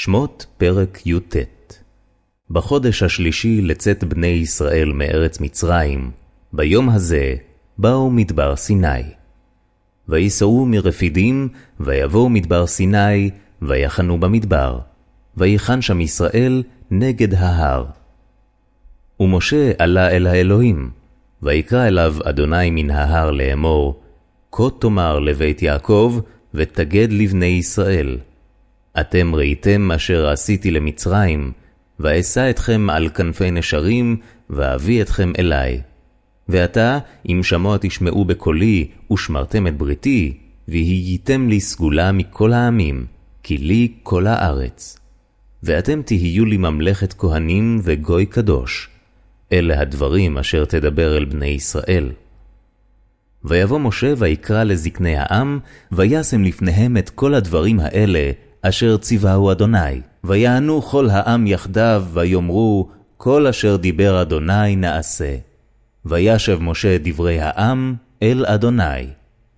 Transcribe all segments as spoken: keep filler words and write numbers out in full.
שמות פרק י"ט. בחודש השלישי לצאת בני ישראל מארץ מצרים, ביום הזה באו מדבר סיני. ויסעו מרפידים, ויבואו מדבר סיני, ויחנו במדבר, ויחן שם ישראל נגד ההר. ומשה עלה אל האלוהים, ויקרא אליו אדוני מן ההר לאמור, כה תאמר לבית יעקב, ותגד לבני ישראל. אתם ראיתם אשר עשיתי למצרים, ואשא אתכם על כנפי נשרים, ואביא אתכם אליי. ועתה, אם שמוע תשמעו בקולי, ושמרתם את בריתי, והייתם לי סגולה מכל העמים, כי לי כל הארץ. ואתם תהיו לי ממלכת כהנים וגוי קדוש. אלה הדברים אשר תדבר אל בני ישראל. ויבוא משה ויקרא לזקני העם, וישם לפניהם את כל הדברים האלה, אשר ציווהו אדוני. ויענו כל העם יחדיו, ויאמרו, כל אשר דיבר אדוני נעשה. וישב משה דברי העם אל אדוני.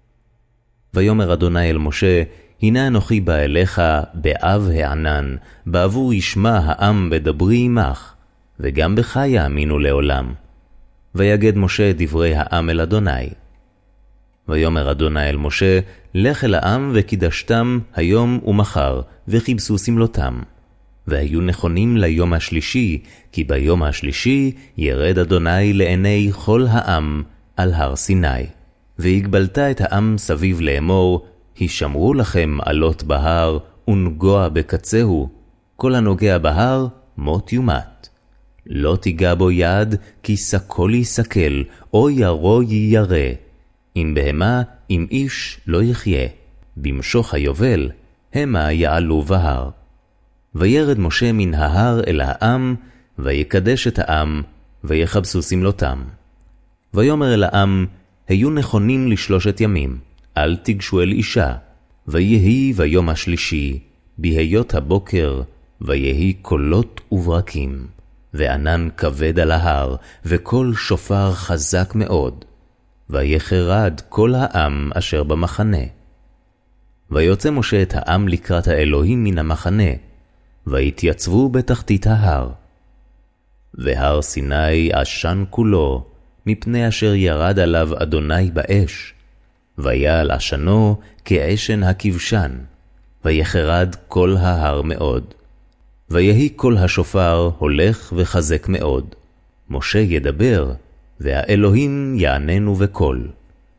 ויאמר אדוני אל משה, הנה אנוכי בא אליך באב הענן, בעבור ישמע העם בדברי עמך, וגם בך יאמינו לעולם. ויגד משה דברי העם אל אדוני. ויאמר אדוני אל משה, לך אל העם וקידשתם היום ומחר, וכיבסו סמלותם. והיו נכונים ליום השלישי, כי ביום השלישי ירד אדוני לעיני כל העם על הר סיני. והגבלת את העם סביב לאמור, הישמרו לכם עלות בהר, ונגוע בקצהו, כל הנוגע בהר מות יומת. לא תיגע בו יד, כי סקול יסקל, או ירו יירא. אם בהמה, אם איש לא יחיה. במשוך היובל, המה יעלו בהר. וירד משה מן ההר אל העם, ויקדש את העם, ויחבסו סמלותם. ויאמר אל העם, היו נכונים לשלושת ימים, אל תיגשו אל אישה. ויהי ביום השלישי, בהיות הבוקר, ויהי קולות וברקים, וענן כבד על ההר, וקול שופר חזק מאוד. ויחרד כל העם אשר במחנה. ויוצא משה את העם לקראת האלוהים מן המחנה, ויתייצבו בתחתית ההר. והר סיני עשן כולו, מפני אשר ירד עליו אדוני באש, ויעל עשנו כעשן הכבשן, ויחרד כל ההר מאוד. ויהי כל השופר הולך וחזק מאוד. משה ידבר, והאלוהים יעננו בקול.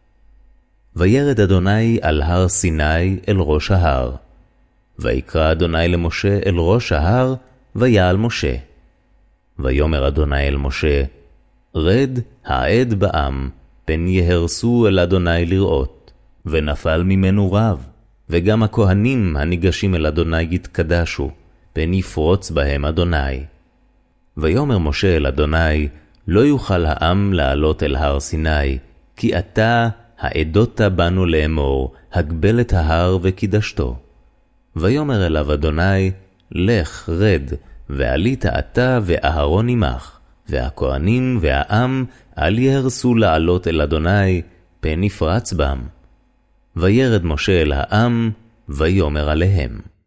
וירד אדוני על הר סיני אל ראש ההר. ויקרא אדוני למשה אל ראש ההר, ויעל משה. ויאמר אדוני אל משה, רד העד בעם, פן יהרסו אל אדוני לראות. ונפל ממנו רב, וגם הכהנים הניגשים אל אדוני יתקדשו, פן יפרוץ בהם אדוני. ויאמר משה אל אדוני, לא יוכל העם לעלות אל הר סיני, כי אתה העדות בנו לאמור, הגבל את ההר וקידשתו. ויאמר אליו אדוני, לך רד, ועלית אתה ואהרון עמך, והכהנים והעם אל יהרסו לעלות אל אדוני, פן יפרץ בם. וירד משה אל העם, ויאמר עליהם.